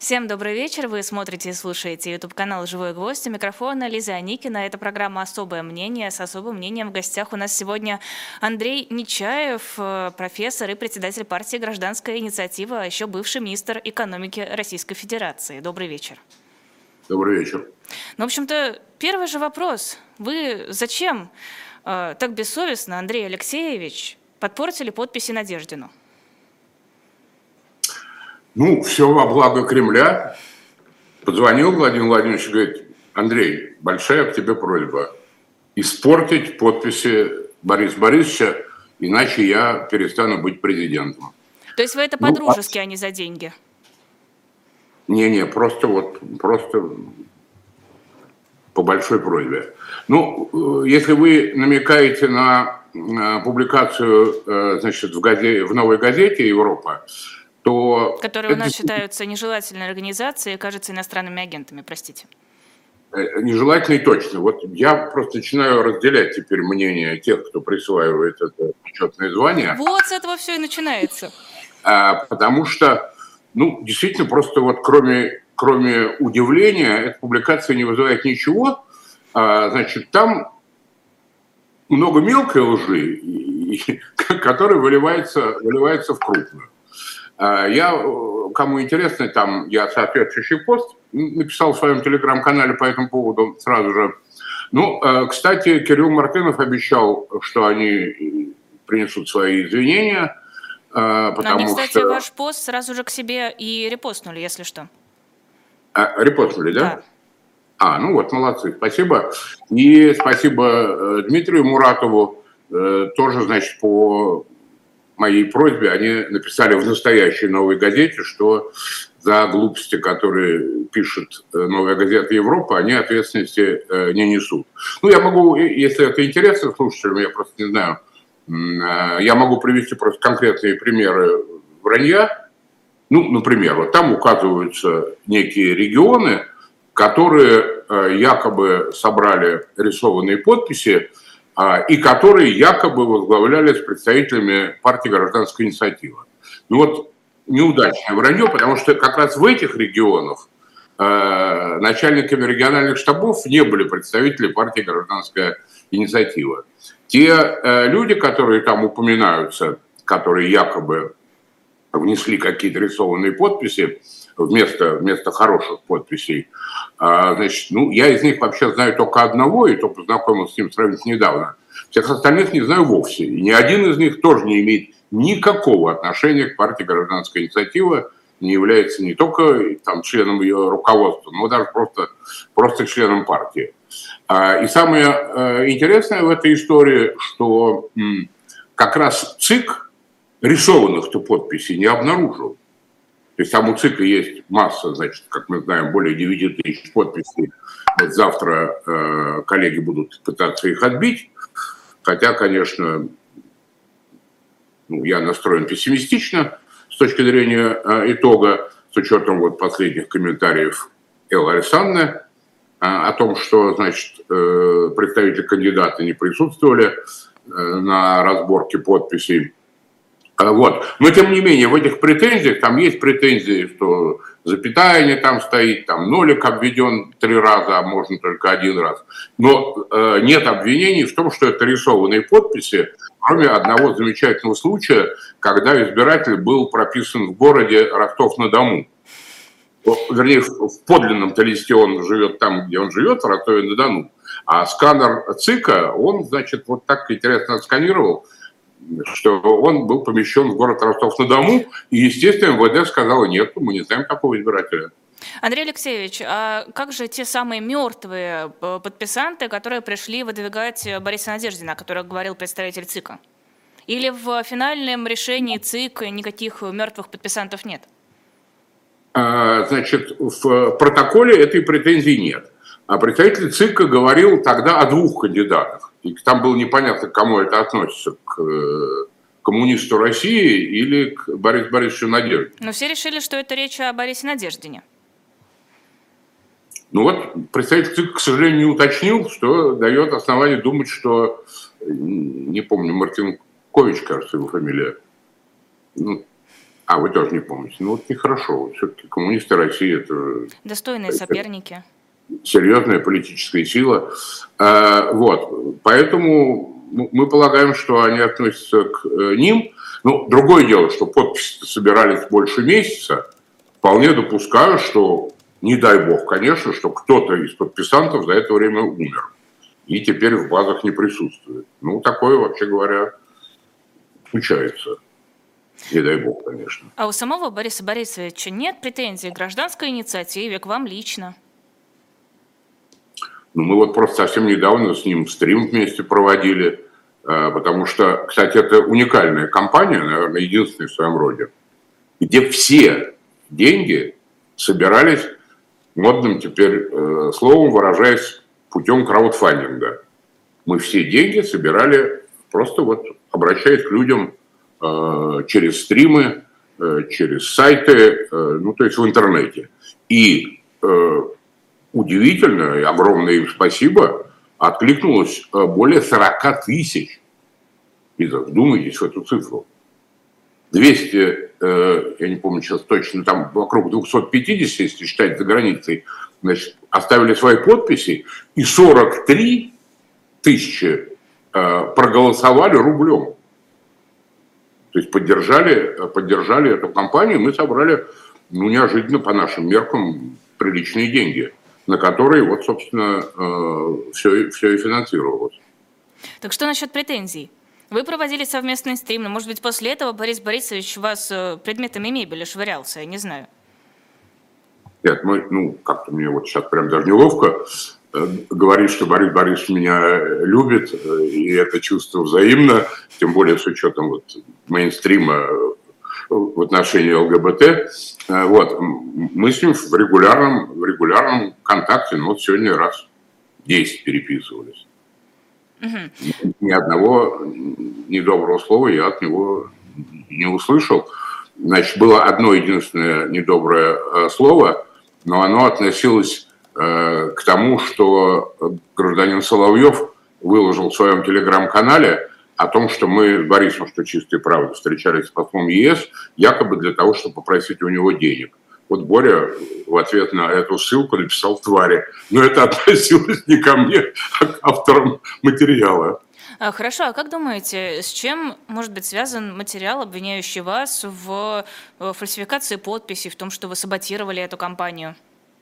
Всем добрый вечер. Вы смотрите и слушаете YouTube-канал «Живой гвоздь». У микрофона Лиза Аникина. Это программа «Особое мнение». С особым мнением в гостях у нас сегодня Андрей Нечаев, профессор и председатель партии «Гражданская инициатива», а еще бывший министр экономики Российской Федерации. Добрый вечер. Добрый вечер. Ну, в общем-то, первый же вопрос. Вы зачем так бессовестно, Андрей Алексеевич, подпортили подписи Надеждину? Ну, все во благо Кремля. Позвонил Владимир Владимирович и говорит: Андрей, большая к тебе просьба испортить подписи Бориса Борисовича, иначе я перестану быть президентом. То есть вы это по-дружески, а не за деньги? Не, просто по большой просьбе. Ну, если вы намекаете на публикацию, значит, в «Новой газете Европа», то... Которые у нас считаются нежелательной организацией и, кажется, иностранными агентами, простите. Нежелательно и точно. Вот я просто начинаю разделять теперь мнение тех, кто присваивает это почетное звание. Вот с этого все и начинается. Потому что, ну, действительно, просто вот кроме удивления, эта публикация не вызывает ничего. Значит, там много мелкой лжи, которая выливается в крупную. Кому интересно, там я соответствующий пост написал в своем телеграм-канале по этому поводу сразу же. Ну, кстати, Кирилл Мартынов обещал, что они принесут свои извинения. Они, кстати, ваш пост сразу же к себе и репостнули, если что. Репостнули, да? Да. Ну вот, молодцы, спасибо. И спасибо Дмитрию Муратову, тоже, значит, по моей просьбе они написали в настоящей «Новой газете», что за глупости, которые пишет «Новая газета Европа», они ответственности не несут. Ну, я могу, если это интересно слушателям, я просто не знаю, я могу привести просто конкретные примеры вранья. Ну, например, вот там указываются некие регионы, которые якобы собрали рисованные подписи, и которые якобы возглавлялись представителями партии «Гражданская инициатива». Ну вот неудачное вранье, потому что как раз в этих регионах начальниками региональных штабов не были представители партии «Гражданская инициатива». Те люди, которые там упоминаются, которые якобы внесли какие-то рисованные подписи вместо хороших подписей, значит, ну, я из них вообще знаю только одного, и то познакомился с ним сравнительно недавно. Всех остальных не знаю вовсе. И ни один из них тоже не имеет никакого отношения к партии «Гражданская инициатива», не является не только там членом ее руководства, но даже просто членом партии. И самое интересное в этой истории, что как раз ЦИК рисованных-то подписей не обнаружил. То есть там у ЦИКа есть масса, значит, как мы знаем, более 9 тысяч подписей. Вот завтра коллеги будут пытаться их отбить. Хотя, конечно, я настроен пессимистично с точки зрения итога, с учетом вот последних комментариев Эллы Александровны о том, что, значит, представители кандидата не присутствовали на разборке подписей. Вот. Но, тем не менее, в этих претензиях, там есть претензии, что запятая не там стоит, там нолик обведен 3 раза, а можно только 1 раз. Но нет обвинений в том, что это рисованные подписи, кроме одного замечательного случая, когда избиратель был прописан в городе Ростов-на-Дону. Вернее, в подлинном-то листе он живет там, где он живет, в Ростове-на-Дону. А сканер ЦИКа, он, значит, вот так интересно отсканировал, что он был помещен в город Ростов-на-Дону, и, естественно, МВД сказала: нет, мы не знаем такого избирателя. Андрей Алексеевич, а как же те самые мертвые подписанты, которые пришли выдвигать Бориса Надеждина, о которых говорил представитель ЦИКа? Или в финальном решении ЦИК никаких мертвых подписантов нет? Значит, в протоколе этой претензии нет. А представитель ЦИКа говорил тогда о 2 кандидатах. И там было непонятно, к кому это относится, к коммунисту России или к Борису Борисовичу Надеждину. Но все решили, что это речь о Борисе Надеждине. Ну вот, представитель ЦИКа, к сожалению, не уточнил, что дает основание думать, что, не помню, Мартинкович, кажется, его фамилия. Ну, А, вы тоже не помните. Ну, вот нехорошо. Все-таки коммунисты России – это… Достойные соперники. Серьезная политическая сила. Вот. Поэтому мы полагаем, что они относятся к ним. Ну, другое дело, что подписи собирались больше месяца. Вполне допускаю, что, не дай бог, конечно, что кто-то из подписантов за это время умер. И теперь в базах не присутствует. Ну, такое, вообще говоря, случается. Не дай бог, конечно. А у самого Бориса Борисовича нет претензий к гражданской инициативе, к вам лично? Ну, мы вот просто совсем недавно с ним стрим вместе проводили, потому что, кстати, это уникальная компания, наверное, единственная в своем роде, где все деньги собирались, модным теперь словом выражаясь, путем краудфандинга. Мы все деньги собирали просто вот обращаясь к людям через стримы, через сайты, ну, то есть в интернете. И удивительно, и огромное им спасибо, откликнулось более 40 тысяч. И вдумайтесь в эту цифру. 200, я не помню сейчас точно, там вокруг 250, если считать за границей, значит, оставили свои подписи, и 43 тысячи проголосовали рублем. То есть поддержали эту кампанию, мы собрали, ну, неожиданно по нашим меркам, приличные деньги, на которые, вот, собственно, все и финансировалось. Так что насчет претензий? Вы проводили совместный стрим, но, может быть, после этого Борис Борисович вас предметами мебели швырялся, я не знаю. Нет, ну, как-то мне вот сейчас прям даже неловко говорить, что Борис Борисович меня любит, и это чувство взаимно, тем более с учетом вот мейнстрима в отношении ЛГБТ. Вот. Мы с ним в регулярном контакте, ну вот сегодня раз 10 переписывались. Угу. Ни одного недоброго слова я от него не услышал. Значит, было одно единственное недоброе слово, но оно относилось к тому, что гражданин Соловьев выложил в своем телеграм-канале о том, что мы с Борисом, что чистая правда, встречались с послом ЕС, якобы для того, чтобы попросить у него денег. Вот Боря в ответ на эту ссылку написал «твари». Но это относилось не ко мне, а к авторам материала. Хорошо, а как думаете, с чем может быть связан материал, обвиняющий вас в фальсификации подписей, в том, что вы саботировали эту кампанию?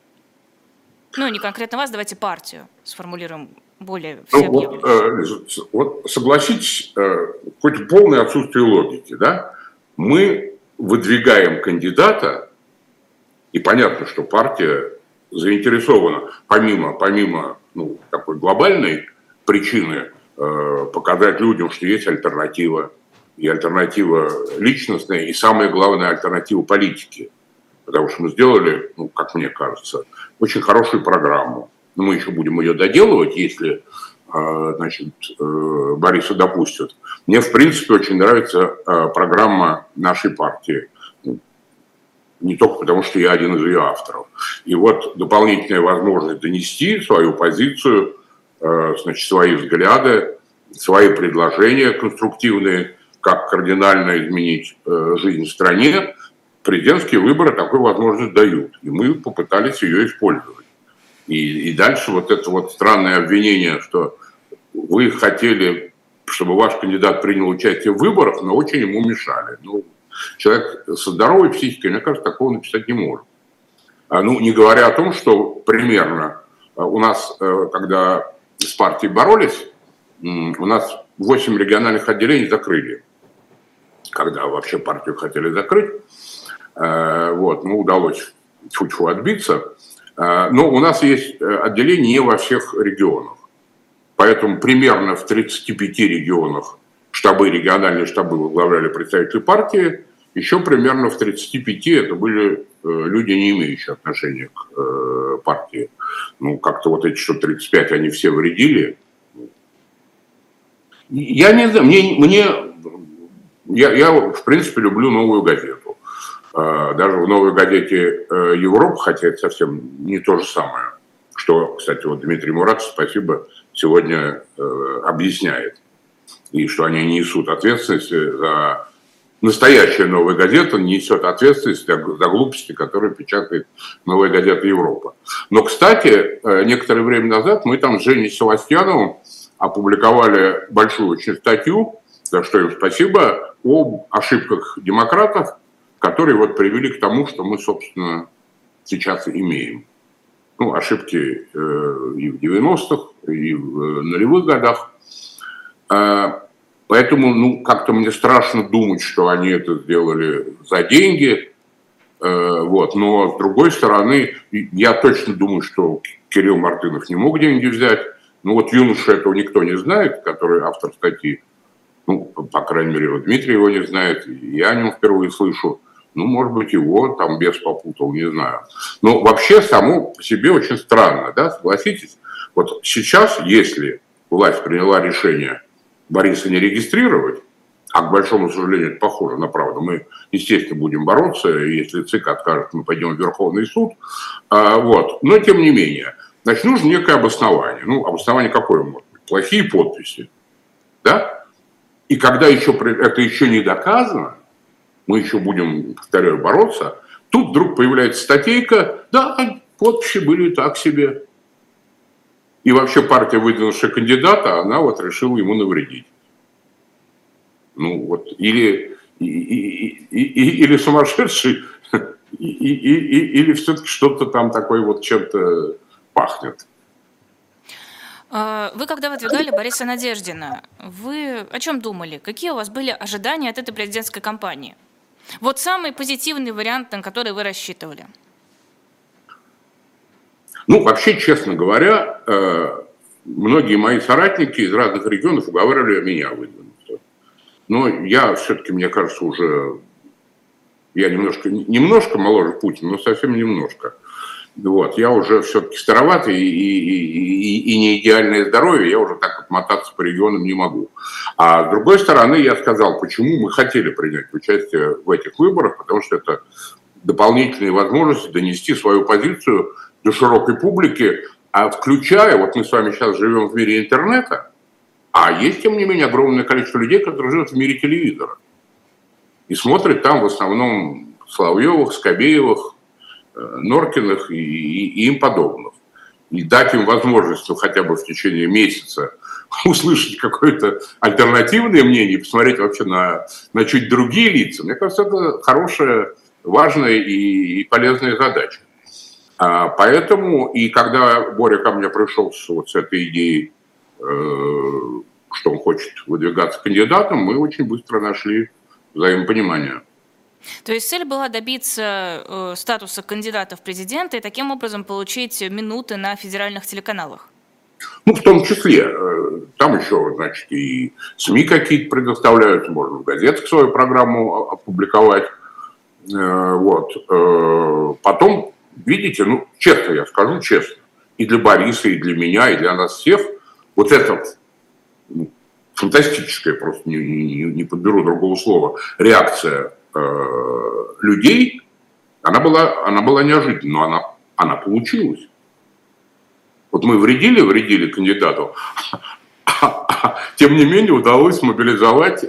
Ну, не конкретно вас, давайте партию сформулируем более всеобъемлюще. Вот согласитесь, хоть полное отсутствие логики, да? Мы выдвигаем кандидата, и понятно, что партия заинтересована, помимо ну, такой глобальной причины, показать людям, что есть альтернатива, и альтернатива личностная, и самое главное, альтернатива политики. Потому что мы сделали, ну, как мне кажется, очень хорошую программу. Но мы еще будем ее доделывать, если, значит, Бориса допустят. Мне, в принципе, очень нравится программа нашей партии. Не только потому, что я один из ее авторов. И вот дополнительная возможность донести свою позицию, значит, свои взгляды, свои предложения конструктивные, как кардинально изменить жизнь в стране. Президентские выборы такую возможность дают. И мы попытались ее использовать. И дальше вот это вот странное обвинение, что вы хотели, чтобы ваш кандидат принял участие в выборах, но очень ему мешали. Ну, человек со здоровой психикой, мне кажется, такого написать не может. Ну, не говоря о том, что примерно у нас, когда с партией боролись, у нас 8 региональных отделений закрыли. Когда вообще партию хотели закрыть. Вот, ну, удалось чуть-чуть отбиться. Но у нас есть отделения не во всех регионах. Поэтому примерно в 35 регионах региональные штабы возглавляли представители партии. Еще примерно в 35 это были люди, не имеющие отношения к партии. Ну, как-то вот эти, что 35, они все вредили. Я не знаю, я в принципе люблю «Новую газету». Даже в «Новой газете Европа», хотя это совсем не то же самое, что, кстати, вот Дмитрий Муратов, спасибо, сегодня объясняет. И что они несут ответственность за настоящая «Новая газета» несет ответственность за глупости, которые печатает «Новая газета Европа». Но, кстати, некоторое время назад мы там с Женей Севастьяновым опубликовали большую очень статью, за что им спасибо, об ошибках демократов, которые вот привели к тому, что мы, собственно, сейчас имеем. Ну, ошибки и в 90-х, и в нулевых годах. Поэтому, ну, как-то мне страшно думать, что они это сделали за деньги. Вот. Но, с другой стороны, я точно думаю, что Кирилл Мартынов не мог деньги взять. Ну, вот юноша этого никто не знает, который автор статьи. Ну, по крайней мере, вот Дмитрий его не знает, я о нем впервые слышу. Ну, может быть, его там бес попутал, не знаю. Но вообще само по себе очень странно, да, согласитесь? Вот сейчас, если власть приняла решение Бориса не регистрировать, а, к большому сожалению, это похоже на правду, мы, естественно, будем бороться, если ЦИК откажет, мы пойдем в Верховный суд, вот. Но, тем не менее, значит, нужно некое обоснование. Ну, обоснование какое может быть? Плохие подписи, да? И когда еще это еще не доказано, мы еще будем, повторяю, бороться, тут вдруг появляется статейка, да, подписи были так себе. И вообще партия, выдвинувшая кандидата, она вот решила ему навредить. Ну вот, или сумасшедший, или все-таки что-то там такое вот чем-то пахнет. Вы когда выдвигали Бориса Надеждина, вы о чем думали? Какие у вас были ожидания от этой президентской кампании? Вот самый позитивный вариант, на который вы рассчитывали. Ну, вообще, честно говоря, многие мои соратники из разных регионов уговаривали меня выдвинуться. Но я все-таки, мне кажется, уже... Я немножко моложе Путина, но совсем немножко. Вот, я уже все-таки староватый и не идеальное здоровье, я уже так отмотаться по регионам не могу. А с другой стороны, я сказал, почему мы хотели принять участие в этих выборах, потому что это дополнительные возможности донести свою позицию до широкой публики, включая, вот мы с вами сейчас живем в мире интернета, а есть, тем не менее, огромное количество людей, которые живут в мире телевизора. И смотрят там в основном Соловьевых, Скобеевых, Норкиных и им подобных. И дать им возможность, ну, хотя бы в течение месяца услышать какое-то альтернативное мнение, посмотреть вообще на чуть другие лица. Мне кажется, это хорошая, важная и полезная задача. Поэтому, и когда Боря ко мне пришел вот с этой идеей, что он хочет выдвигаться кандидатом, мы очень быстро нашли взаимопонимание. То есть цель была добиться статуса кандидата в президенты и таким образом получить минуты на федеральных телеканалах? Ну, в том числе. Там еще, значит, и СМИ какие-то предоставляют, можно в газетах свою программу опубликовать. Вот. Потом, видите, ну, честно я скажу, честно, и для Бориса, и для меня, и для нас всех, вот эта фантастическая, просто не подберу другого слова, реакция людей, она была неожиданна, но она получилась. Вот мы вредили кандидату, тем не менее удалось мобилизовать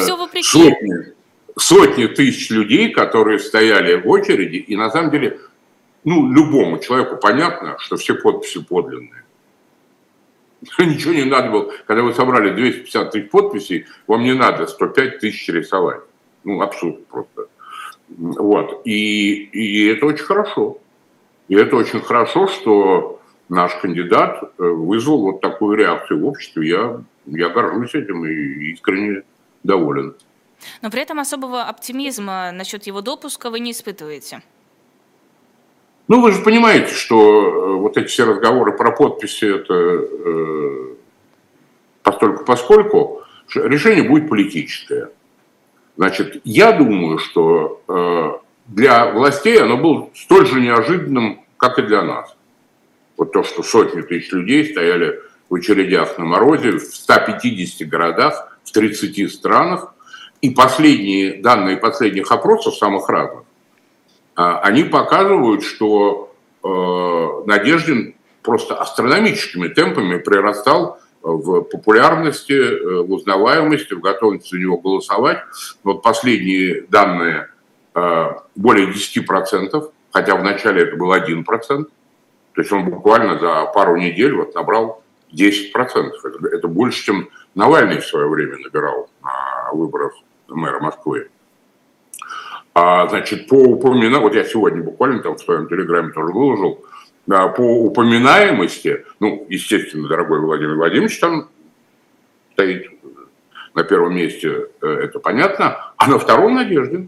сотни тысяч людей, которые стояли в очереди, и на самом деле, ну, любому человеку понятно, что все подписи подлинные. Ничего не надо было, когда вы собрали 250 тысяч подписей, вам не надо 105 тысяч рисовать. Ну, абсурд просто. Вот. И это очень хорошо. И это очень хорошо, что наш кандидат вызвал вот такую реакцию в обществе. Я горжусь этим и искренне доволен. Но при этом особого оптимизма насчет его допуска вы не испытываете? Ну, вы же понимаете, что вот эти все разговоры про подписи, это постольку-поскольку решение будет политическое. Значит, я думаю, что для властей оно было столь же неожиданным, как и для нас. Вот то, что сотни тысяч людей стояли в очередях на морозе в 150 городах, в 30 странах. И последние данные последних опросов, самых разных, они показывают, что Надеждин просто астрономическими темпами прирастал в популярности, в узнаваемости, в готовности за него голосовать. Вот последние данные более 10%, хотя вначале это был 1%. То есть он буквально за пару недель вот набрал 10%. Это больше, чем Навальный в свое время набирал на выборах мэра Москвы. Значит, по упоминанию, вот я сегодня буквально там в своем телеграме тоже выложил, по упоминаемости, ну, естественно, дорогой Владимир Владимирович там стоит на первом месте, это понятно, а на втором Надеждин.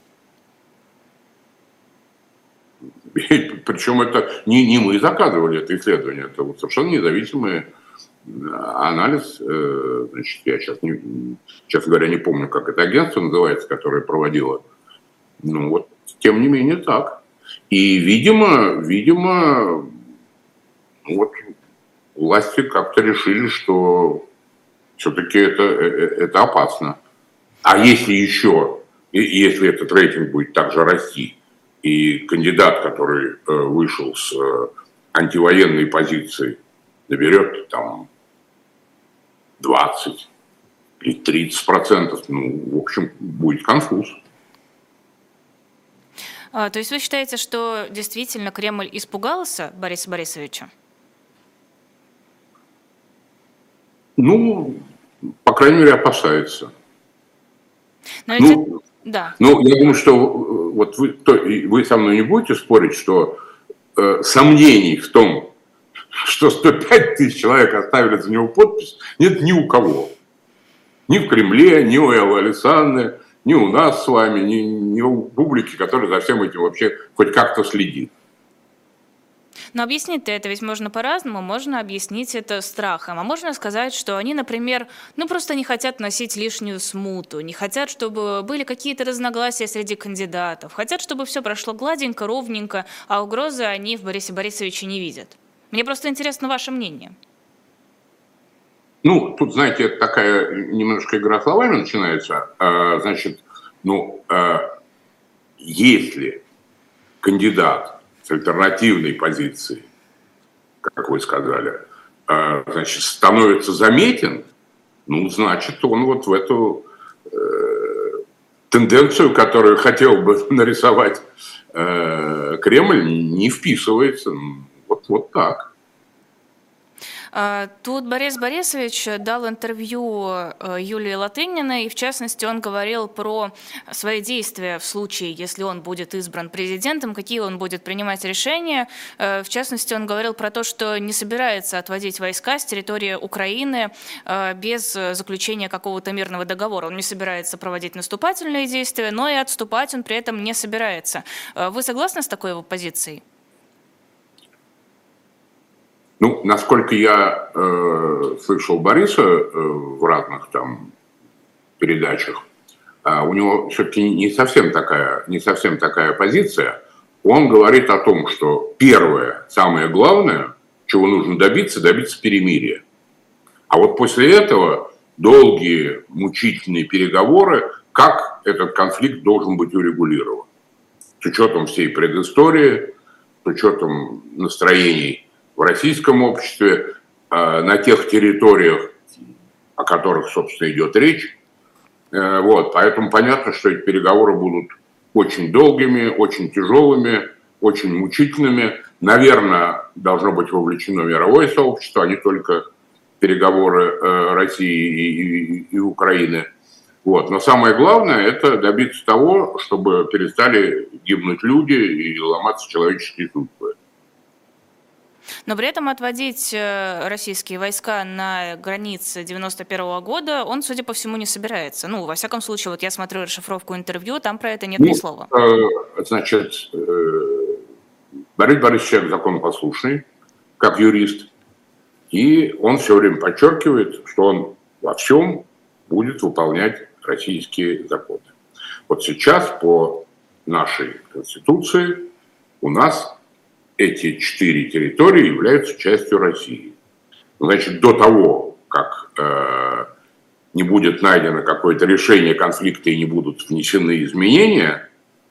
Причем это не мы заказывали это исследование, это вот совершенно независимый анализ. Значит, я сейчас, честно говоря, не помню, как это агентство называется, которое проводило. Ну вот, тем не менее, так. И, видимо, вот власти как-то решили, что все-таки это опасно. А если еще, если этот рейтинг будет также расти, и кандидат, который вышел с антивоенной позиции, наберет там 20 или 30%, ну, в общем, будет конфуз. То есть вы считаете, что действительно Кремль испугался Бориса Борисовича? Ну, по крайней мере, опасается. Но да. Ну, я думаю, что вот вы со мной не будете спорить, что сомнений в том, что 105 тысяч человек оставили за него подпись, нет ни у кого. Ни в Кремле, ни у Эллы Александры, ни у нас с вами, ни у публики, которая за всем этим вообще хоть как-то следит. Но объяснить-то это ведь можно по-разному. Можно объяснить это страхом. А можно сказать, что они, например, просто не хотят носить лишнюю смуту, не хотят, чтобы были какие-то разногласия среди кандидатов, хотят, чтобы все прошло гладенько, ровненько, а угрозы они в Борисе Борисовиче не видят. Мне просто интересно ваше мнение. Ну, тут, знаете, это такая немножко игра словами начинается. Значит, если кандидат с альтернативной позицией, как вы сказали, значит, становится заметен, ну, значит, он вот в эту тенденцию, которую хотел бы нарисовать Кремль, не вписывается. Вот так. Тут Борис Борисович дал интервью Юлии Латыниной, и в частности он говорил про свои действия в случае, если он будет избран президентом, какие он будет принимать решения. В частности, он говорил про то, что не собирается отводить войска с территории Украины без заключения какого-то мирного договора. Он не собирается проводить наступательные действия, но и отступать он при этом не собирается. Вы согласны с такой его позицией? Ну, насколько я слышал Бориса в разных там передачах, у него все-таки не совсем такая позиция. Он говорит о том, что первое, самое главное, чего нужно добиться перемирия. А вот после этого долгие, мучительные переговоры, как этот конфликт должен быть урегулирован. С учетом всей предыстории, с учетом настроений в российском обществе, на тех территориях, о которых, собственно, идет речь. Вот, поэтому понятно, что эти переговоры будут очень долгими, очень тяжелыми, очень мучительными. Наверное, должно быть вовлечено мировое сообщество, а не только переговоры России и Украины. Вот. Но самое главное – это добиться того, чтобы перестали гибнуть люди и ломаться человеческие судьбы. Но при этом отводить российские войска на границы 1991 года он, судя по всему, не собирается. Ну, во всяком случае, вот я смотрю расшифровку интервью, там про это нет ни слова. Значит, Борис Борисович человек законопослушный, как юрист, и он все время подчеркивает, что он во всем будет выполнять российские законы. Вот сейчас по нашей Конституции у нас эти 4 территории являются частью России. Значит, до того, как не будет найдено какое-то решение конфликта и не будут внесены изменения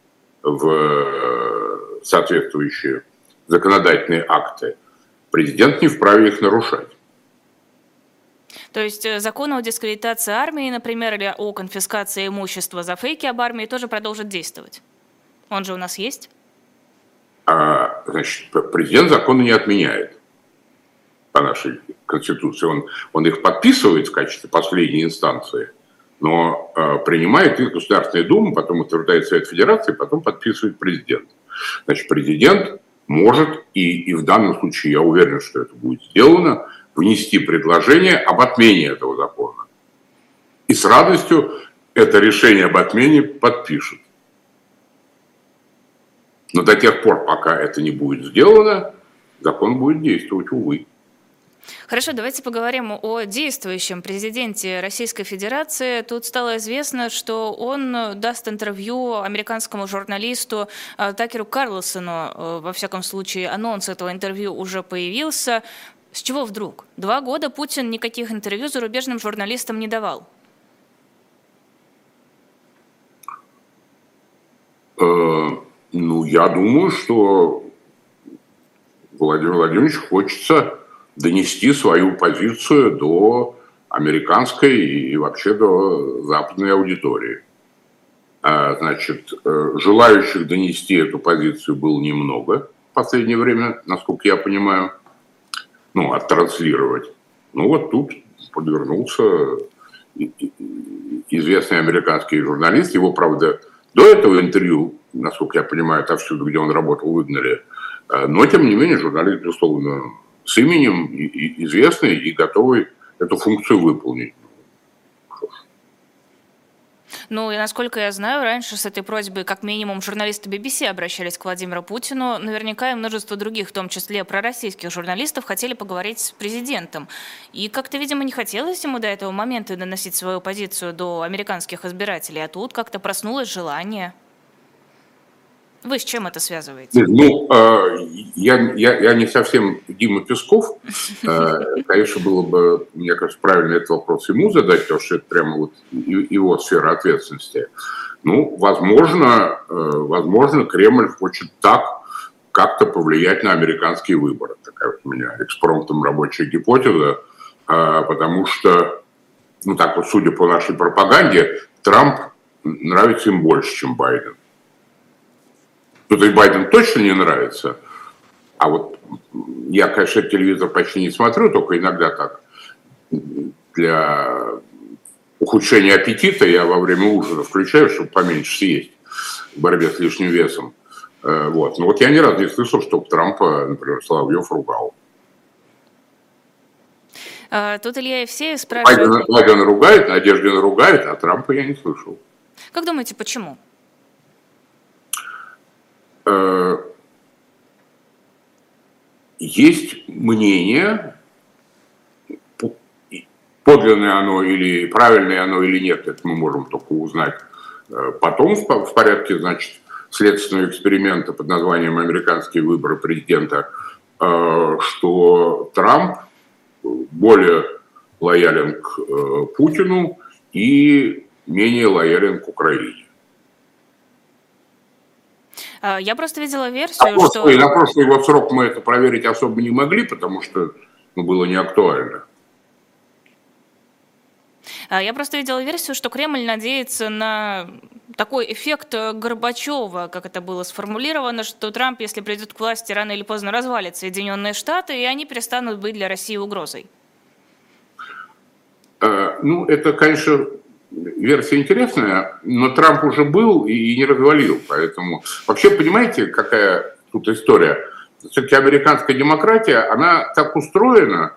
в соответствующие законодательные акты, президент не вправе их нарушать. То есть закон о дискредитации армии, например, или о конфискации имущества за фейки об армии тоже продолжит действовать? Он же у нас есть? Значит, президент законы не отменяет по нашей Конституции. Он их подписывает в качестве последней инстанции, но принимает их Государственная Дума, потом утверждает Совет Федерации, потом подписывает президент. Значит, президент может, и в данном случае я уверен, что это будет сделано, внести предложение об отмене этого закона. И с радостью это решение об отмене подпишет. Но до тех пор, пока это не будет сделано, закон будет действовать, увы. Хорошо, давайте поговорим о действующем президенте Российской Федерации. Тут стало известно, что он даст интервью американскому журналисту Такеру Карлсону. Во всяком случае, анонс этого интервью уже появился. С чего вдруг? 2 года Путин никаких интервью зарубежным журналистам не давал. Я думаю, что Владимиру Владимировичу хочется донести свою позицию до американской и вообще до западной аудитории. Значит, желающих донести эту позицию было немного в последнее время, насколько я понимаю, оттранслировать. Вот тут подвернулся известный американский журналист. Его, правда, до этого интервью, насколько я понимаю, отовсюду, где он работал, выгнали. Но, тем не менее, журналист, безусловно, с именем, известный и готовый эту функцию выполнить. И насколько я знаю, раньше с этой просьбой как минимум журналисты BBC обращались к Владимиру Путину. Наверняка и множество других, в том числе пророссийских журналистов, хотели поговорить с президентом. И как-то, видимо, не хотелось ему до этого момента доносить свою позицию до американских избирателей, а тут как-то проснулось желание. Вы с чем это связываете? Я не совсем Дима Песков. Конечно, было бы, мне кажется, правильно этот вопрос ему задать, потому что это прямо его сфера ответственности. Возможно, Кремль хочет так как-то повлиять на американские выборы. Такая у меня экспромтом рабочая гипотеза, потому что, судя по нашей пропаганде, Трамп нравится им больше, чем Байден. То есть Байден точно не нравится, а я, конечно, телевизор почти не смотрю, только иногда так, для ухудшения аппетита я во время ужина включаю, чтобы поменьше съесть в борьбе с лишним весом. Я ни разу не слышал, чтобы Трампа, например, Соловьев ругал. Тут Илья Евсеев спрашивает... Байдена ругает, Надеждина ругает, а Трампа я не слышал. Как думаете, почему? Есть мнение, подлинное оно или правильное оно или нет, это мы можем только узнать потом в порядке, следственного эксперимента под названием «Американские выборы президента», что Трамп более лоялен к Путину и менее лоялен к Украине. Я просто видела версию, что... На прошлый его срок мы это проверить особо не могли, потому что было не актуально. Я просто видела версию, что Кремль надеется на такой эффект Горбачева, как это было сформулировано, что Трамп, если придет к власти, рано или поздно развалит Соединенные Штаты, и они перестанут быть для России угрозой. Это, конечно, версия интересная, но Трамп уже был и не развалил, поэтому... Вообще, понимаете, какая тут история? Все-таки американская демократия, она так устроена,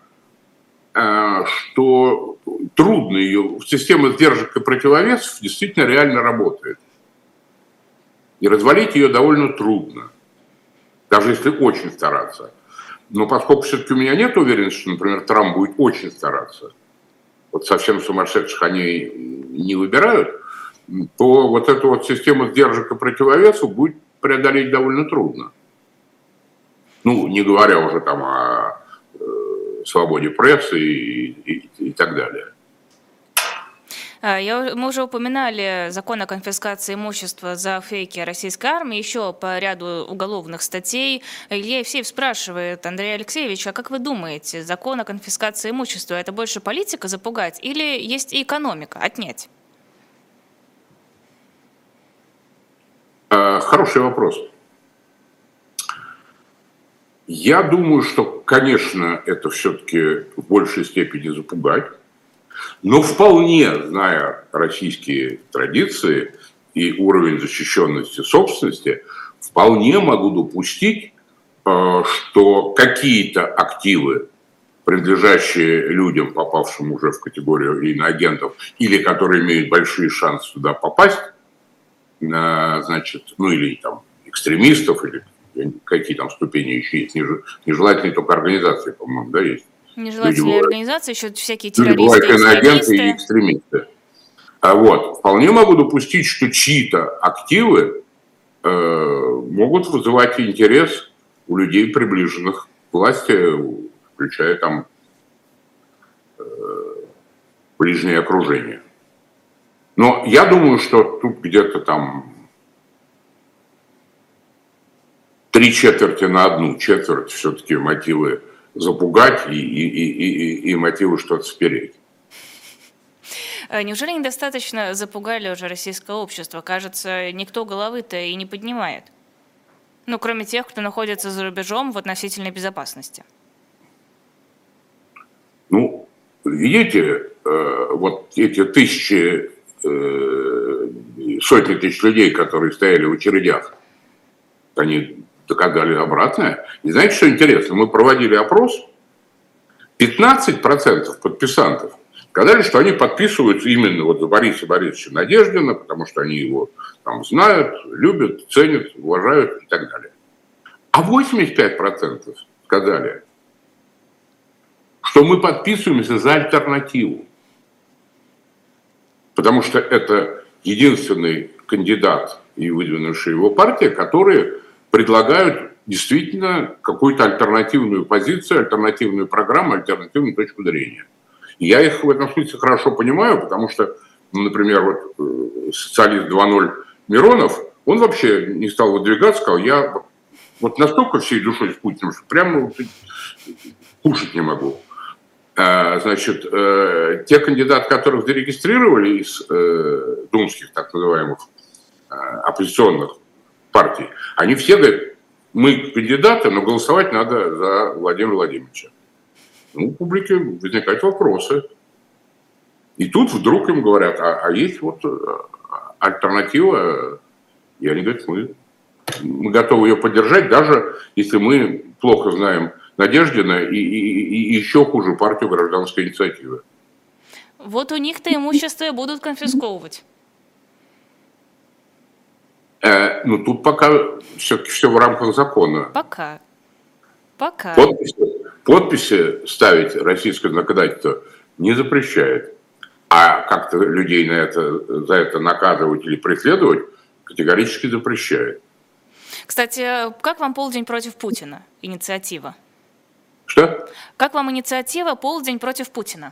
что трудно ее... Система сдержек и противовесов действительно реально работает. И развалить ее довольно трудно, даже если очень стараться. Но поскольку все-таки у меня нет уверенности, что, например, Трамп будет очень стараться, совсем сумасшедших они не выбирают, то эту систему сдержек и противовесов будет преодолеть довольно трудно. Не говоря уже о свободе прессы и так далее. Мы уже упоминали закон о конфискации имущества за фейки российской армии, еще по ряду уголовных статей. Илья Евсеев спрашивает: Андрей Алексеевич, а как вы думаете, закон о конфискации имущества — это больше политика запугать или есть и экономика отнять? Хороший вопрос. Я думаю, что, конечно, это все-таки в большей степени запугать, но вполне, зная российские традиции и уровень защищенности собственности, вполне могу допустить, что какие-то активы, принадлежащие людям, попавшим уже в категорию иноагентов, или которые имеют большие шансы туда попасть, значит, ну или там экстремистов, или какие там ступени еще есть, нежелательные только организации, по-моему, да, есть. Нежелательные организации, еще всякие террористы, террористы, и экстремисты. Вот. Вполне могу допустить, что чьи-то активы могут вызывать интерес у людей, приближенных к власти, включая там ближнее окружение. Но я думаю, что тут где-то там 3/4 на 1/4 все-таки мотивы запугать и мотивы что-то спереть. Неужели недостаточно запугали уже российское общество? Кажется, никто головы-то и не поднимает. Ну, кроме тех, кто находится за рубежом в относительной безопасности. Ну, видите, вот эти тысячи, сотни тысяч людей, которые стояли в очередях, они доказали обратное. И знаете, что интересно? Мы проводили опрос, 15% подписантов сказали, что они подписываются именно вот за Бориса Борисовича Надеждина, потому что они его там знают, любят, ценят, уважают и так далее. А 85% сказали, что мы подписываемся за альтернативу. Потому что это единственный кандидат и выдвинувшая его партия, которые предлагают действительно какую-то альтернативную позицию, альтернативную программу, альтернативную точку зрения. И я их в этом смысле хорошо понимаю, потому что, ну, например, вот социалист 2.0 Миронов, он вообще не стал выдвигаться, сказал: я вот настолько всей душой с Путиным, что прямо кушать не могу. Значит, те кандидаты, которых зарегистрировали из думских, так называемых, оппозиционных партий, они все говорят: мы кандидаты, но голосовать надо за Владимира Владимировича. Ну, у публики возникают вопросы. И тут вдруг им говорят: а есть вот альтернатива, и они говорят: мы готовы ее поддержать, даже если мы плохо знаем Надеждина и еще хуже партию «Гражданской инициативы». Вот у них-то имущество будут конфисковывать. Ну, тут пока все-таки все в рамках закона. Пока. Подписи ставить российское законодательство не запрещает. А как-то людей за это наказывать или преследовать категорически запрещает. Кстати, как вам «Полдень против Путина» инициатива? Что? Как вам инициатива «Полдень против Путина»?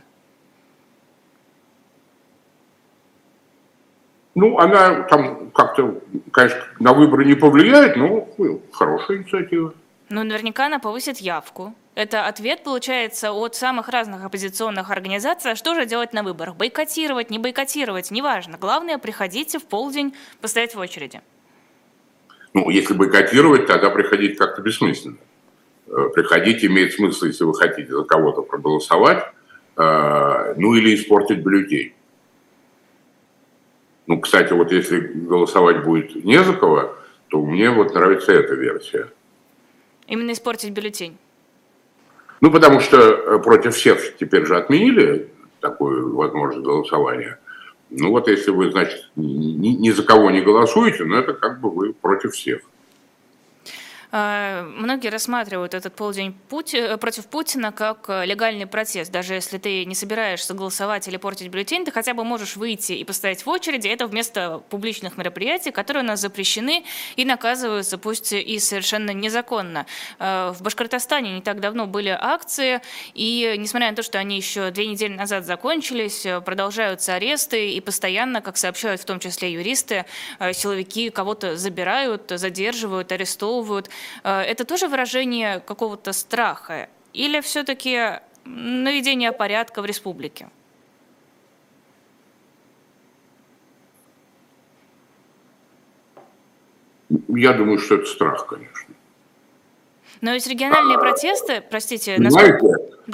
Ну, она там как-то, конечно, на выборы не повлияет, но хорошая инициатива. Ну, наверняка она повысит явку. Это ответ, получается, от самых разных оппозиционных организаций. А что же делать на выборах? Бойкотировать, не бойкотировать, неважно. Главное, приходите в полдень постоять в очереди. Ну, если бойкотировать, тогда приходить как-то бессмысленно. Приходить имеет смысл, если вы хотите за кого-то проголосовать, ну или испортить бюллетень. Ну, кстати, вот если голосовать будет не за кого, то мне вот нравится эта версия. Именно испортить бюллетень? Ну, потому что против всех теперь же отменили такую возможность голосования. Ну, вот если вы, значит, ни за кого не голосуете, ну, это как бы вы против всех. Многие рассматривают этот полдень против Путина как легальный протест. Даже если ты не собираешься голосовать или портить бюллетень, ты хотя бы можешь выйти и постоять в очереди. Это вместо публичных мероприятий, которые у нас запрещены и наказываются, пусть и совершенно незаконно. В Башкортостане не так давно были акции, и несмотря на то, что они еще 2 недели назад закончились, продолжаются аресты, и постоянно, как сообщают в том числе юристы, силовики кого-то забирают, задерживают, арестовывают. Это тоже выражение какого-то страха? Или все-таки наведение порядка в республике? Я думаю, что это страх, конечно. Но ведь региональные протесты, простите... Знаете,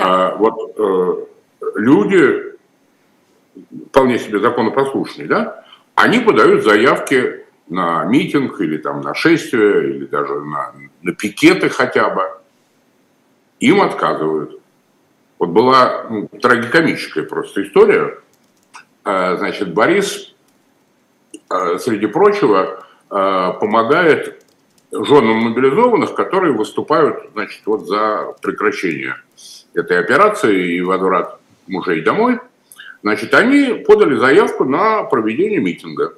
люди, вполне себе законопослушные, да, они подают заявки на митинг или там на шествие, или даже на пикеты хотя бы. Им отказывают. Вот была трагикомическая просто история. Значит, Борис, среди прочего, помогает женам мобилизованных, которые выступают, значит, вот за прекращение этой операции и возврат мужей домой. Значит, они подали заявку на проведение митинга.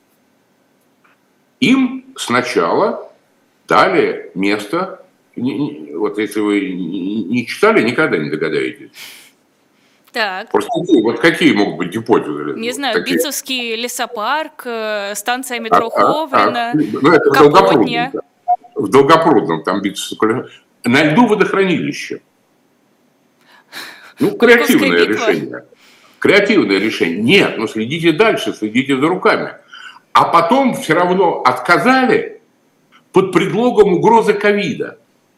Им сначала дали место, вот если вы не читали, никогда не догадаетесь. Так. Просто какие могут быть гипотезы? Не знаю, такие? Битцевский лесопарк, станция метро Ховрина, это Капотня. В Долгопрудном там Битцевский. На льду водохранилище. Креативное решение. Креативное решение. Нет, следите дальше, следите за руками. А потом все равно отказали под предлогом угрозы ковида.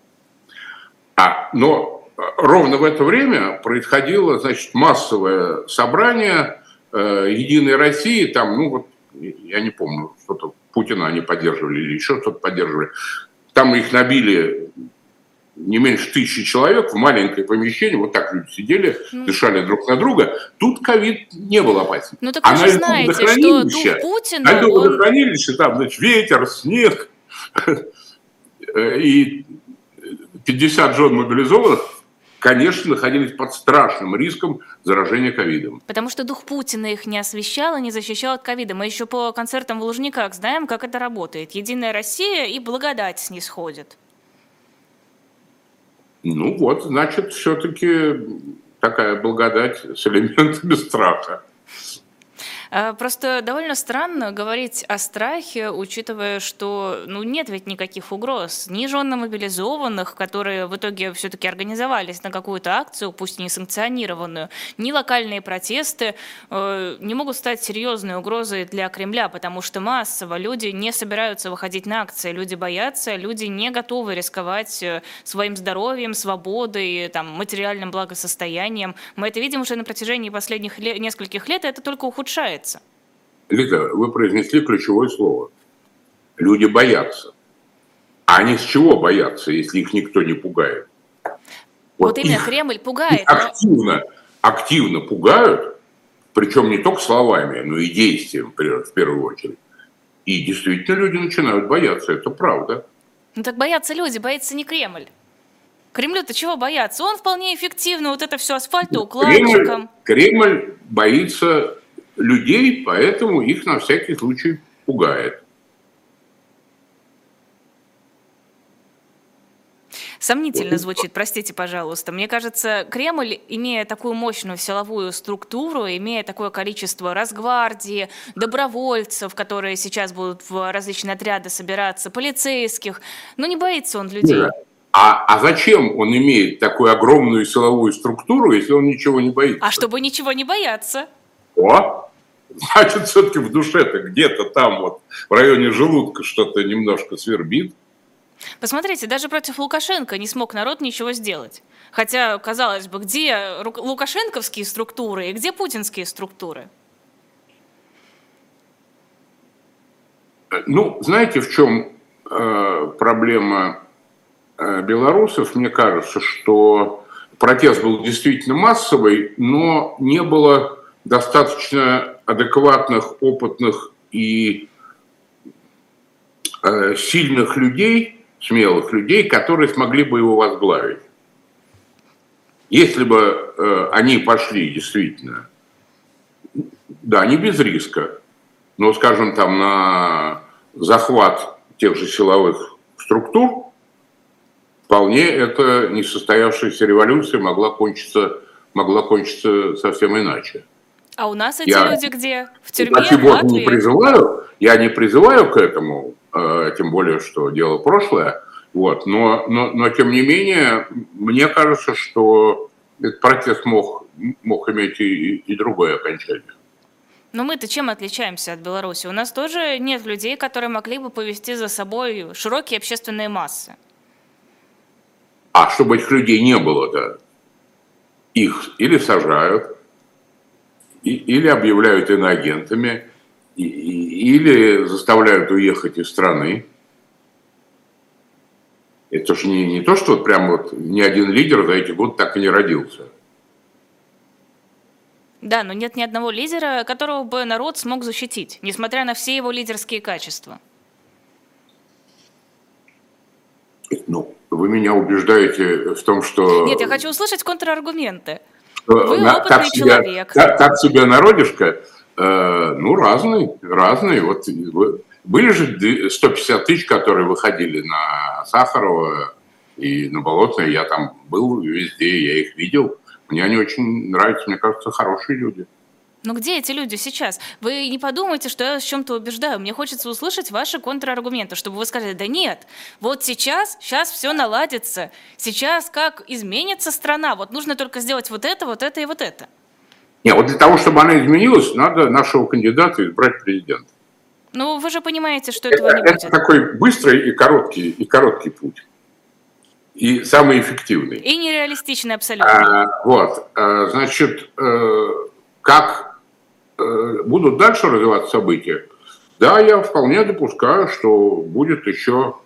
Но ровно в это время происходило, значит, массовое собрание «Единой России». Там, я не помню, что-то Путина они поддерживали или еще что-то поддерживали. Там их набили не меньше 1000 человек в маленькое помещение, вот так люди сидели, дышали друг на друга. Тут ковид не был опасен. Так вы же знаете, что дух Путина... На водохранилище, там, значит, ветер, снег, и 50 жен мобилизованных, конечно, находились под страшным риском заражения ковидом. Потому что дух Путина их не освещал и не защищал от ковида. Мы еще по концертам в Лужниках знаем, как это работает. Единая Россия и благодать снисходит. Значит, все-таки такая благодать с элементами страха. Просто довольно странно говорить о страхе, учитывая, что нет ведь никаких угроз. Ни жен мобилизованных, которые в итоге все-таки организовались на какую-то акцию, пусть не санкционированную, ни локальные протесты не могут стать серьезной угрозой для Кремля, потому что массово люди не собираются выходить на акции, люди боятся, люди не готовы рисковать своим здоровьем, свободой, материальным благосостоянием. Мы это видим уже на протяжении последних нескольких лет, и это только ухудшается. Лиза, вы произнесли ключевое слово. Люди боятся. А они с чего боятся, если их никто не пугает? Вот именно, Кремль пугает. Активно пугают, причем не только словами, но и действием, в первую очередь. И действительно люди начинают бояться, это правда. Так боятся люди, боится не Кремль. Кремлю-то чего бояться? Он вполне эффективно вот это все асфальтоукладчиком. Кремль боится людей, поэтому их на всякий случай пугает. Сомнительно звучит, простите, пожалуйста. Мне кажется, Кремль, имея такую мощную силовую структуру, имея такое количество Росгвардии, добровольцев, которые сейчас будут в различные отряды собираться, полицейских, не боится он людей. Нет. А зачем он имеет такую огромную силовую структуру, если он ничего не боится? А чтобы ничего не бояться. Значит, все-таки в душе-то где-то там вот в районе желудка что-то немножко свербит. Посмотрите, даже против Лукашенко не смог народ ничего сделать. Хотя, казалось бы, где лукашенковские структуры и где путинские структуры? Знаете, в чем проблема белорусов? Мне кажется, что протест был действительно массовый, но не было достаточно адекватных, опытных и сильных людей смелых людей, которые смогли бы его возглавить. Если бы они пошли действительно, да, не без риска, но, скажем, там на захват тех же силовых структур, вполне эта несостоявшаяся революция могла кончиться совсем иначе. А у нас эти люди где? В тюрьме, в Латвии? Я не призываю к этому, тем более, что дело прошлое. Вот, но тем не менее, мне кажется, что этот протест мог иметь и другое окончание. Но мы-то чем отличаемся от Беларуси? У нас тоже нет людей, которые могли бы повести за собой широкие общественные массы. А чтобы этих людей не было-то, их или сажают, или объявляют иноагентами, или заставляют уехать из страны. Это же не то, что вот прям вот ни один лидер за эти годы так и не родился. Да, но нет ни одного лидера, которого бы народ смог защитить, несмотря на все его лидерские качества. Ну, вы меня убеждаете в том, что... Нет, я хочу услышать контраргументы. Вы опытный человек. Так себе народишко, разный. Вот были же 150 тысяч, которые выходили на Сахарова и на Болотное. Я там был везде, я их видел. Мне они очень нравятся, мне кажется, хорошие люди. Но где эти люди сейчас? Вы не подумайте, что я с чем-то убеждаю. Мне хочется услышать ваши контраргументы, чтобы вы сказали, да нет, вот сейчас все наладится. Сейчас как изменится страна, вот нужно только сделать вот это и вот это. Нет, вот для того, чтобы она изменилась, надо нашего кандидата избрать президента. Ну, вы же понимаете, что этого не будет. Это такой быстрый и короткий путь. И самый эффективный. И нереалистичный абсолютно. Значит, как будут дальше развиваться события? Да, я вполне допускаю, что будет еще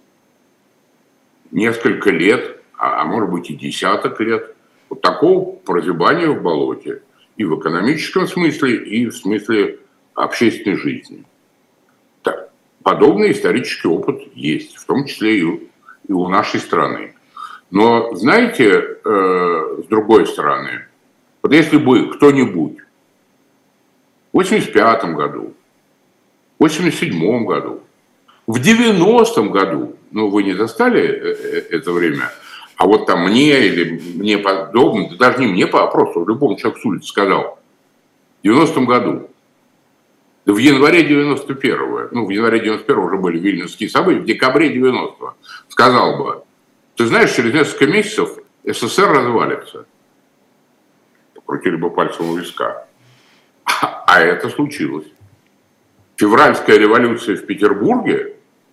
несколько лет, а может быть и десяток лет, вот такого прозябания в болоте. И в экономическом смысле, и в смысле общественной жизни. Так, подобный исторический опыт есть, в том числе и у нашей страны. Но, знаете, с другой стороны, вот если бы кто-нибудь в 85-м году, в 87-м году, в 90-м году, ну, вы не застали это время, а вот там мне подобно, да даже не мне, а просто любому человеку с улицы сказал, в 90-м году, да в январе 91-го, в январе 91-го уже были вильнюсские события, в декабре 90-го, сказал бы, ты знаешь, через несколько месяцев СССР развалится. Покрутили бы пальцем у виска. А это случилось. Февральская революция в Петербурге,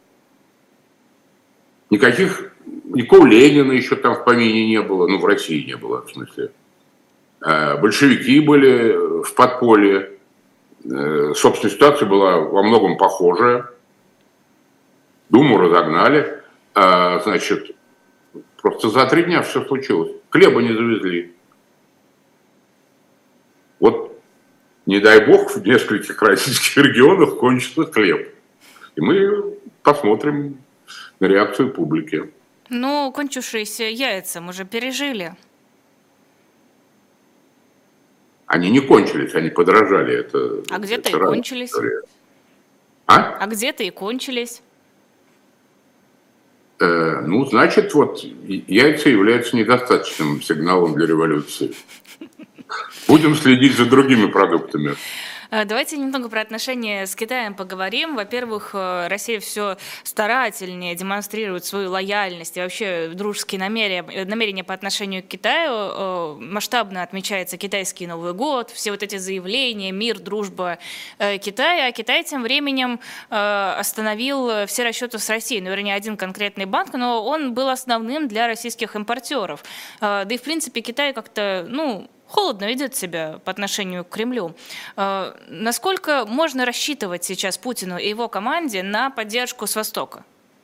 никакого Ленина еще там в помине не было, в России не было, в смысле. Большевики были в подполье. Собственно, ситуация была во многом похожая. Думу разогнали. Значит, просто за 3 дня все случилось. Хлеба не завезли. Вот, не дай бог, в нескольких российских регионах кончится хлеб. И мы посмотрим на реакцию публики. Кончившиеся яйца мы же пережили. Они не кончились, они подорожали. А где-то и кончились. А где-то и кончились. Значит, вот яйца являются недостаточным сигналом для революции. Будем следить за другими продуктами. Давайте немного про отношения с Китаем поговорим. Во-первых, Россия все старательнее демонстрирует свою лояльность и вообще дружеские намерения по отношению к Китаю. Масштабно отмечается китайский Новый год, все вот эти заявления, мир, дружба Китая. А Китай тем временем остановил все расчеты с Россией. Вернее, один конкретный банк, но он был основным для российских импортеров. Да и, в принципе, Китай как-то, холодно ведет себя по отношению к Кремлю. Насколько можно рассчитывать сейчас Путину и его команде на поддержку с Востока?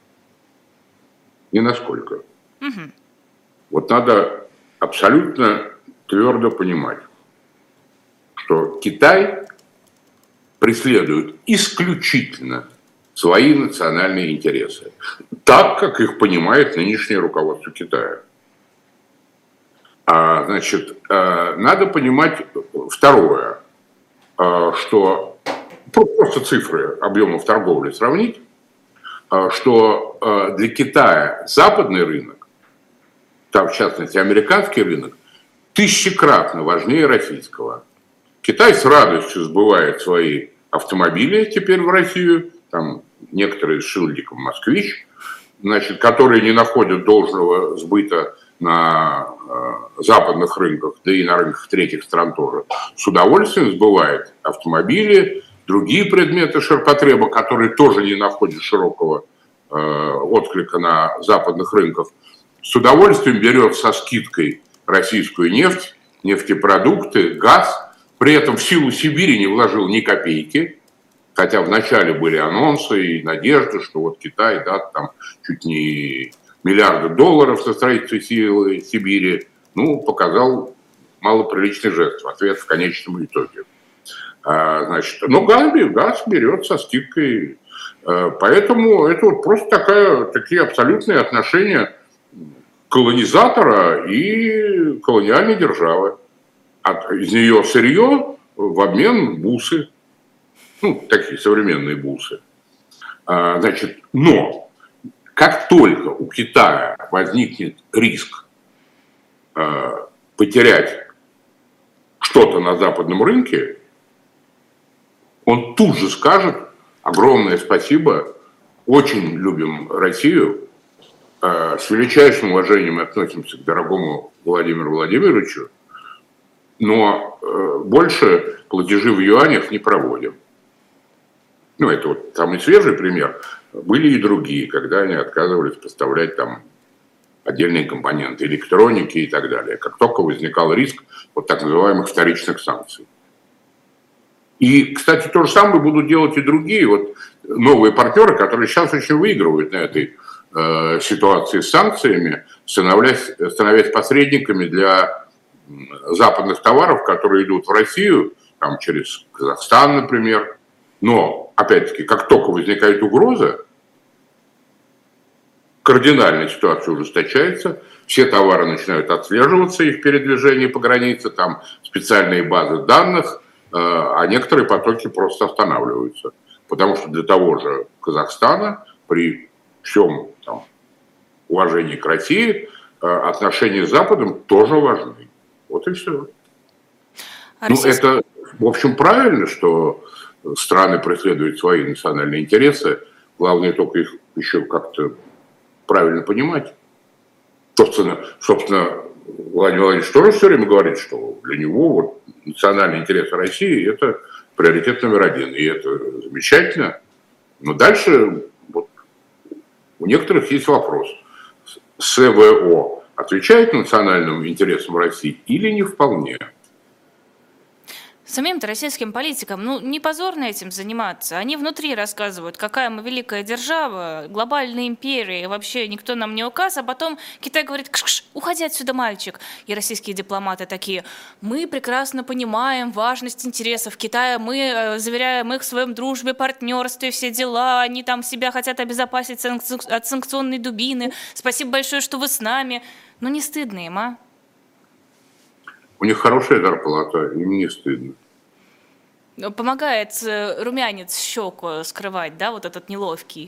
Ни насколько. Угу. Вот надо абсолютно твердо понимать, что Китай преследует исключительно свои национальные интересы, так, как их понимает нынешнее руководство Китая. Значит, надо понимать второе, что просто цифры объемов торговли сравнить, что для Китая западный рынок, там в частности американский рынок, тысячекратно важнее российского. Китай с радостью сбывает свои автомобили теперь в Россию, там некоторые с шильдиком «Москвич», значит, которые не находят должного сбыта на западных рынках, да и на рынках третьих стран тоже, с удовольствием сбывает автомобили, другие предметы ширпотреба, которые тоже не находят широкого отклика на западных рынках, с удовольствием берет со скидкой российскую нефть, нефтепродукты, газ, при этом в силу Сибири не вложил ни копейки, хотя вначале были анонсы и надежды, что вот Китай даст там чуть не миллиарды долларов на строительство Сибири, показал малоприличный жест в ответ в конечном итоге. Значит, но газ берет со скидкой, поэтому это вот просто такие абсолютные отношения колонизатора и колониальной державы. Из нее сырье в обмен бусы, такие современные бусы. Значит, но как только у Китая возникнет риск потерять что-то на западном рынке, он тут же скажет: огромное спасибо, очень любим Россию, с величайшим уважением относимся к дорогому Владимиру Владимировичу, но больше платежи в юанях не проводим. Это вот самый свежий пример. Были и другие, когда они отказывались поставлять там отдельные компоненты электроники и так далее. Как только возникал риск вот так называемых вторичных санкций. И, кстати, то же самое будут делать и другие вот новые партнеры, которые сейчас очень выигрывают на этой ситуации с санкциями, становясь посредниками для западных товаров, которые идут в Россию, там через Казахстан, например. Но, опять-таки, как только возникает угроза, кардинальная ситуация ужесточается, все товары начинают отслеживаться, их передвижение по границе, там специальные базы данных, а некоторые потоки просто останавливаются. Потому что для того же Казахстана при всем там уважении к России отношения с Западом тоже важны. Вот и все. Это, в общем, правильно, что страны преследуют свои национальные интересы. Главное только их еще как-то правильно понимать. Собственно, Владимир Владимирович тоже все время говорит, что для него вот национальные интересы России – это приоритет номер один. И это замечательно. Но дальше вот, у некоторых есть вопрос. СВО отвечает национальным интересам России или не вполне? Самим-то российским политикам, не позорно этим заниматься. Они внутри рассказывают, какая мы великая держава, глобальная империя, вообще никто нам не указ, а потом Китай говорит: кш-кш, уходи отсюда, мальчик. И российские дипломаты такие: мы прекрасно понимаем важность интересов Китая, мы заверяем их в своем дружбе, партнерстве, все дела, они там себя хотят обезопасить от санкционной дубины. Спасибо большое, что вы с нами. Но не стыдно им, а? У них хорошая зарплата, им не стыдно. Помогает румянец щеку скрывать, да, вот этот неловкий.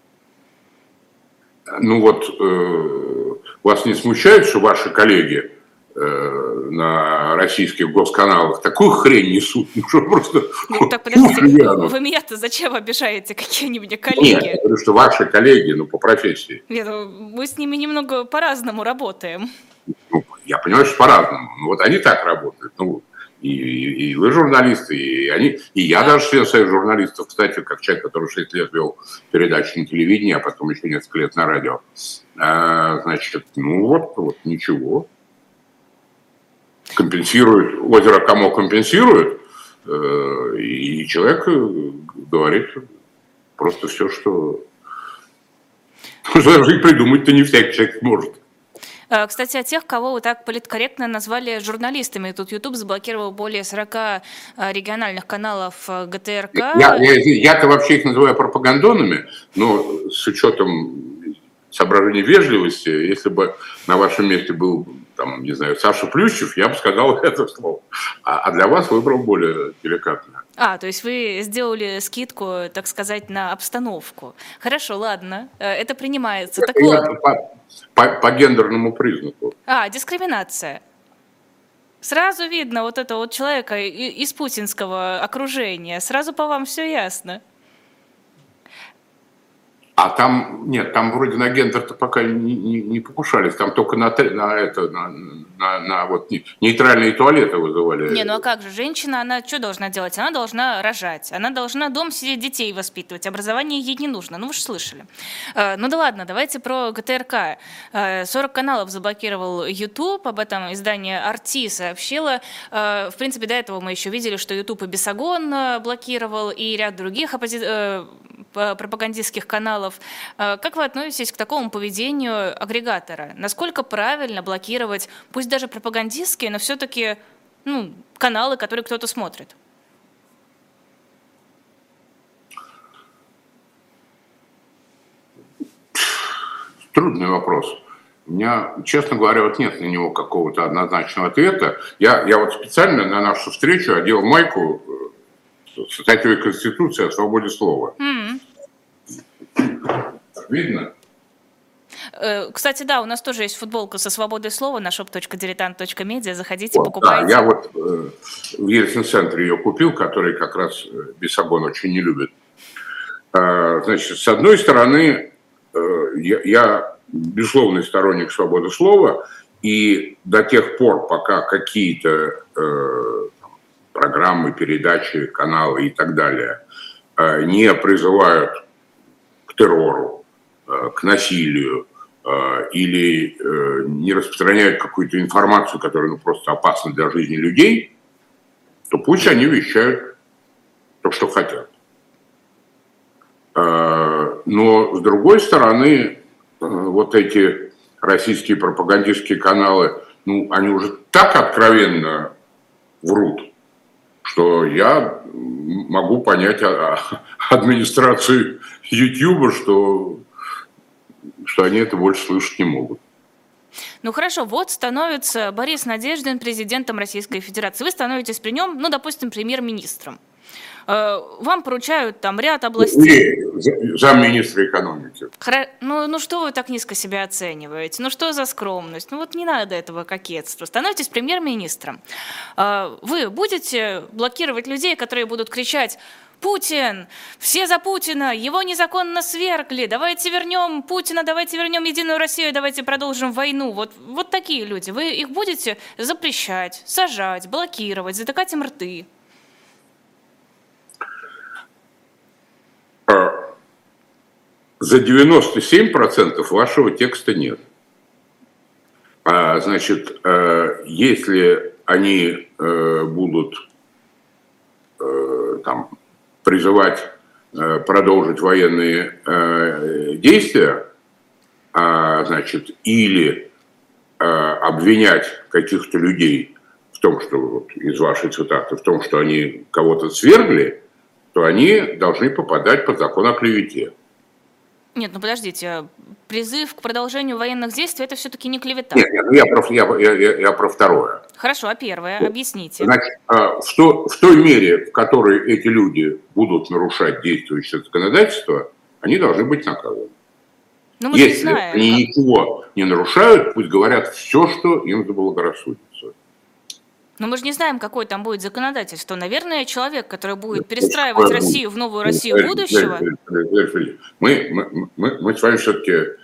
Вас не смущает, что ваши коллеги на российских госканалах такую хрень несут? Что просто... Так, подождите, вы меня-то зачем обижаете, какие они мне коллеги? Нет, я говорю, что ваши коллеги, по профессии. Нет, мы с ними немного по-разному работаем. Я понимаю, что по-разному. Вот они так работают. И вы журналисты, и я даже член Союза журналистов, кстати, как человек, который 6 лет вел передачи на телевидении, а потом еще несколько лет на радио. Значит, ничего. Компенсирует, озеро кому компенсирует, и человек говорит просто все, что... Жить придумать-то не всякий человек может. Кстати, о тех, кого вы так политкорректно назвали журналистами. Тут YouTube заблокировал более 40 региональных каналов ГТРК. Я-то вообще их называю пропагандонами, но с учетом соображений вежливости, если бы на вашем месте был, там, не знаю, Саша Плющев, я бы сказал это слово. А для вас выбрал более деликатное. То есть вы сделали скидку, так сказать, на обстановку. Хорошо, ладно, это принимается. Так вот. По гендерному признаку. Дискриминация. Сразу видно вот этого вот человека из путинского окружения. Сразу по вам все ясно. А там, нет, там вроде на гендер-то пока не покушались, там только на вот нейтральные туалеты вызывали. А как же, женщина, она что должна делать? Она должна рожать, она должна дома сидеть, детей воспитывать, образование ей не нужно, вы же слышали. Да ладно, давайте про ГТРК. 40 каналов заблокировал YouTube, об этом издание RT сообщило. В принципе, до этого мы еще видели, что YouTube и Бесогон блокировал, и ряд других пропагандистских каналов. Как вы относитесь к такому поведению агрегатора? Насколько правильно блокировать, пусть даже пропагандистские, но все-таки каналы, которые кто-то смотрит? Трудный вопрос. У меня, честно говоря, вот нет на него какого-то однозначного ответа. Я вот специально на нашу встречу одел майку с статьей Конституции о свободе слова. Видно? Кстати, да, у нас тоже есть футболка со свободой слова на shop.diletant.media. Заходите, покупайте. Да, я вот в Ельцин-центре ее купил, который как раз Бесогон очень не любит. Значит, с одной стороны, я безусловный сторонник свободы слова, и до тех пор, пока какие-то программы, передачи, каналы и так далее не призывают к террору, к насилию или не распространяют какую-то информацию, которая просто опасна для жизни людей, то пусть они вещают то, что хотят. Но, с другой стороны, вот эти российские пропагандистские каналы, они уже так откровенно врут, что я могу понять администрацию Ютьюба, что они это больше слышать не могут. Хорошо, вот становится Борис Надеждин президентом Российской Федерации. Вы становитесь при нем, допустим, премьер-министром. Вам поручают там ряд областей. Замминистра экономики. Что вы так низко себя оцениваете? Что за скромность? Не надо этого кокетства. Становитесь премьер-министром. Вы будете блокировать людей, которые будут кричать: Путин! Все за Путина! Его незаконно свергли! Давайте вернем Путина, давайте вернем Единую Россию, давайте продолжим войну. Вот такие люди. Вы их будете запрещать, сажать, блокировать, затыкать им рты? За 97% вашего текста нет. Значит, если они будут призывать продолжить военные действия, значит, или обвинять каких-то людей в том, что, вот, из вашей цитаты, в том, что они кого-то свергли, то они должны попадать под закон о клевете. Нет, подождите, призыв к продолжению военных действий – это все-таки не клевета. Нет, я про второе. Хорошо, а первое? Объясните. Значит, в той мере, в которой эти люди будут нарушать действующее законодательство, они должны быть наказаны. Если они ничего не нарушают, пусть говорят все, что им заблагорассудится. Но мы же не знаем, какое там будет законодательство. Наверное, человек, который будет перестраивать Россию в новую Россию будущего... Мы с вами все-таки...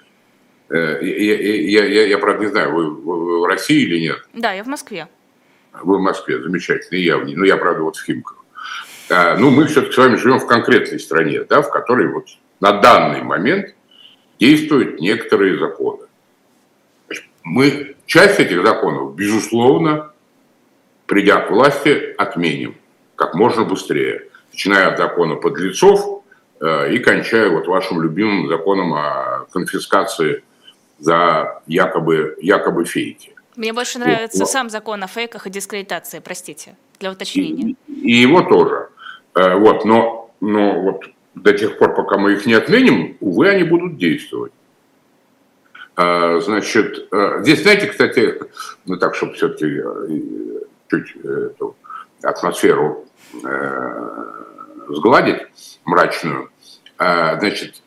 Я, правда, не знаю, вы в России или нет? Да, я в Москве. Вы в Москве, замечательно. И я, правда, вот в Химках. Мы все-таки с вами живем в конкретной стране, да, в которой вот на данный момент действуют некоторые законы. Мы часть этих законов, безусловно, придя к власти, отменим как можно быстрее. Начиная от закона подлецов и кончая вот вашим любимым законом о конфискации за якобы фейки. Мне больше нравится сам закон о фейках и дискредитации, простите, для уточнения. И его тоже. Вот, но вот до тех пор, пока мы их не отменим, увы, они будут действовать. Значит, здесь, знаете, кстати, ну так, чтобы все-таки чуть эту атмосферу сгладить, мрачную, значит,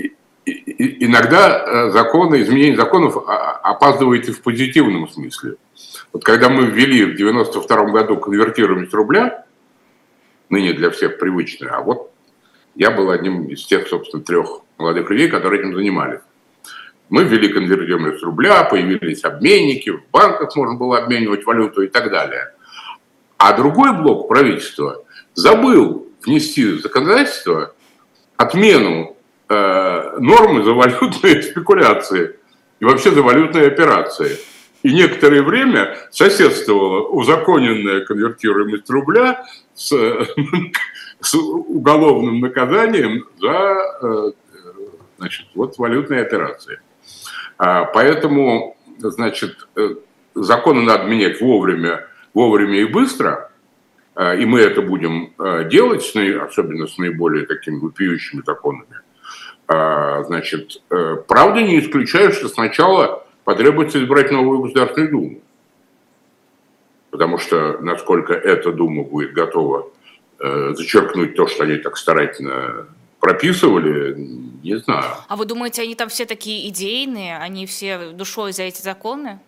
иногда изменение законов опаздывает и в позитивном смысле. Вот когда мы ввели в 92 году конвертируемость рубля, ныне для всех привычное, а вот я был одним из тех, собственно, 3 молодых людей, которые этим занимались. Мы ввели конвертируемость рубля, появились обменники, в банках можно было обменивать валюту и так далее. А другой блок правительства забыл внести в законодательство отмену нормы за валютные спекуляции и вообще за валютные операции. И некоторое время соседствовала узаконенная конвертируемость рубля с уголовным наказанием за вот валютные операции. Поэтому, значит, законы надо менять вовремя и быстро, и мы это будем делать, особенно с наиболее такими вопиющими законами. Значит, правда, не исключаю, что сначала потребуется избрать новую Государственную Думу. Потому что, насколько эта Дума будет готова зачеркнуть то, что они так старательно прописывали, не знаю. А вы думаете, они там все такие идейные, они все душой за эти законы?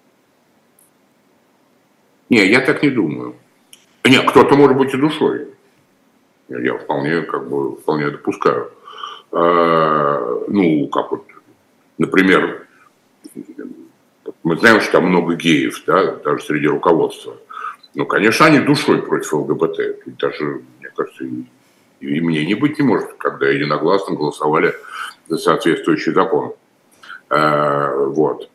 Не, я так не думаю. Нет, кто-то может быть и душой. Я вполне допускаю. Ну, как вот, например, мы знаем, что там много геев, да, даже среди руководства. Ну, конечно, они душой против ЛГБТ. Даже, мне кажется, и мне не быть не может, когда единогласно голосовали за соответствующий закон. Вот.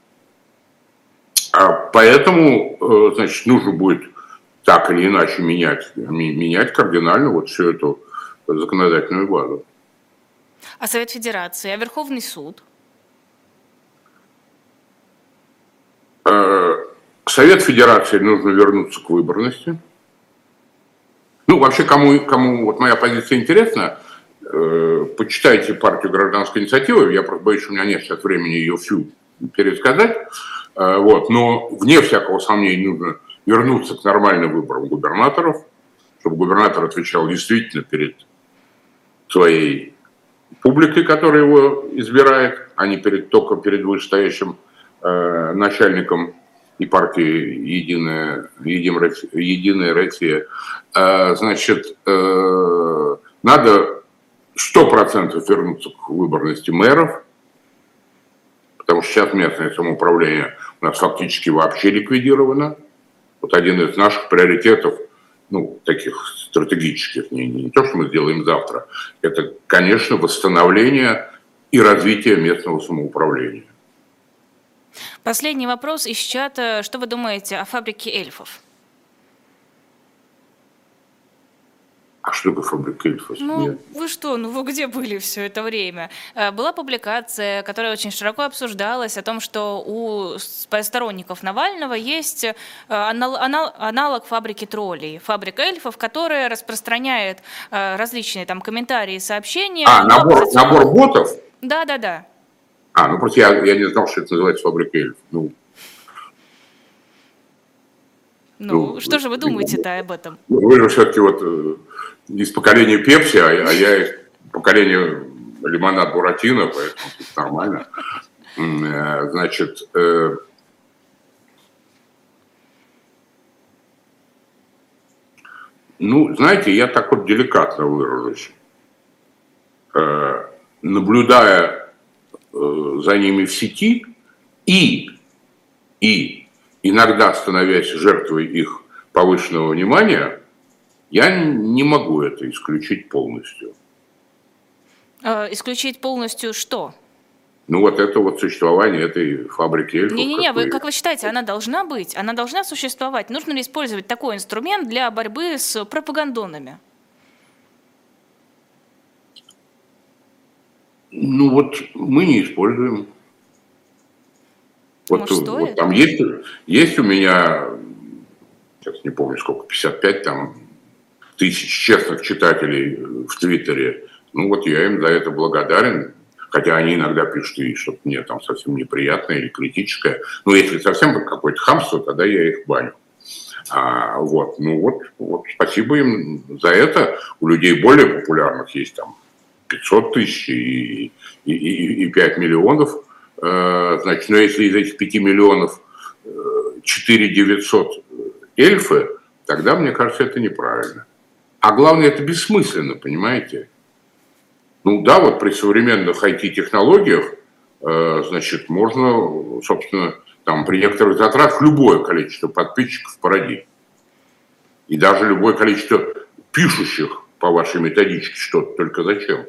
Поэтому, значит, нужно будет так или иначе менять кардинально вот всю эту законодательную базу. А Совет Федерации, а Верховный суд? Совет Федерации нужно вернуться к выборности. Ну, вообще, кому вот моя позиция интересна, почитайте партию «Гражданская инициатива». Я просто боюсь, что у меня нет сейчас времени ее всю пересказать. Вот. Но, вне всякого сомнения, нужно вернуться к нормальным выборам губернаторов, чтобы губернатор отвечал действительно перед своей публикой, которая его избирает, а не только перед вышестоящим начальником и партии «Единая Россия». Значит, надо 100% вернуться к выборности мэров, потому что сейчас местное самоуправление у нас фактически вообще ликвидировано. Вот один из наших приоритетов, ну, таких стратегических, не то, что мы сделаем завтра, это, конечно, восстановление и развитие местного самоуправления. Последний вопрос из чата. Что вы думаете о фабрике эльфов? А что такое фабрика эльфов? Ну, вы что, вы где были все это время? Была публикация, которая очень широко обсуждалась, о том, что у сторонников Навального есть аналог фабрики троллей, фабрика эльфов, которая распространяет различные там комментарии, сообщения. Набор ботов? Да. Ну просто я не знал, что это называется фабрика эльфов. Что же вы думаете-то об этом? Вы же все-таки вот из поколения Пепси, а я из поколения лимонад Буратино, поэтому тут нормально. Значит, знаете, я так вот деликатно выражусь. Наблюдая за ними в сети и иногда становясь жертвой их повышенного внимания, я не могу это исключить полностью. Исключить полностью что? Это вот существование этой фабрики эльфов. Как вы считаете, она должна быть? Она должна существовать? Нужно ли использовать такой инструмент для борьбы с пропагандонами? Мы не используем. Вот там есть у меня, сейчас не помню сколько, 55 там тысяч честных читателей в Твиттере. Ну вот я им за это благодарен. Хотя они иногда пишут и что-то мне там совсем неприятное или критическое. Но если совсем какое-то хамство, тогда я их баню. Вот спасибо им за это. У людей более популярных есть там 500 тысяч и 5 миллионов. Значит, но если из этих 5 миллионов 4 900 эльфы, тогда, мне кажется, это неправильно. А главное, это бессмысленно, понимаете? Ну да, вот при современных IT-технологиях, значит, можно, собственно, там при некоторых затратах любое количество подписчиков породить. И даже любое количество пишущих по вашей методичке что-то, только зачем?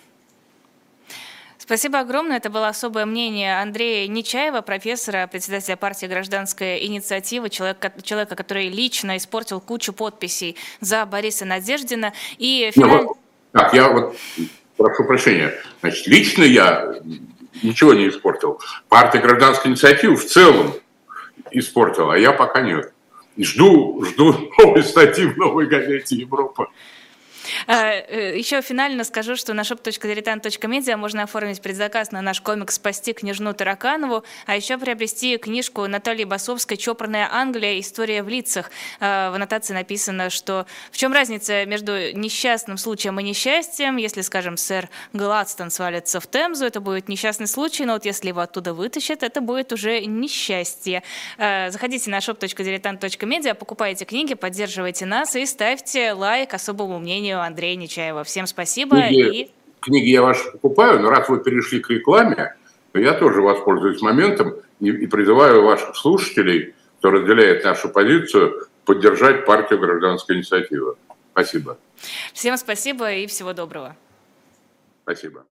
Спасибо огромное. Это было особое мнение Андрея Нечаева, профессора, председателя партии «Гражданская инициатива», человека, который лично испортил кучу подписей за Бориса Надеждина. И я вот прошу прощения. Значит, лично я ничего не испортил. Партия «Гражданская инициатива» в целом испортила, а я пока нет. И жду новой статьи в новой газете «Европа». Еще финально скажу, что на shop.diletant.media можно оформить предзаказ на наш комикс «Спасти княжну Тараканову», а еще приобрести книжку Натальи Басовской «Чопорная Англия. История в лицах». В аннотации написано, что в чем разница между несчастным случаем и несчастьем. Если, скажем, сэр Гладстон свалится в Темзу, это будет несчастный случай, но вот если его оттуда вытащат, это будет уже несчастье. Заходите на shop.diletant.media, покупайте книги, поддерживайте нас и ставьте лайк особому мнению Андрея Нечаева. Всем спасибо. Книги я ваши покупаю, но раз вы перешли к рекламе, то я тоже воспользуюсь моментом и призываю ваших слушателей, кто разделяет нашу позицию, поддержать партию «Гражданская инициатива». Спасибо. Всем спасибо и всего доброго. Спасибо.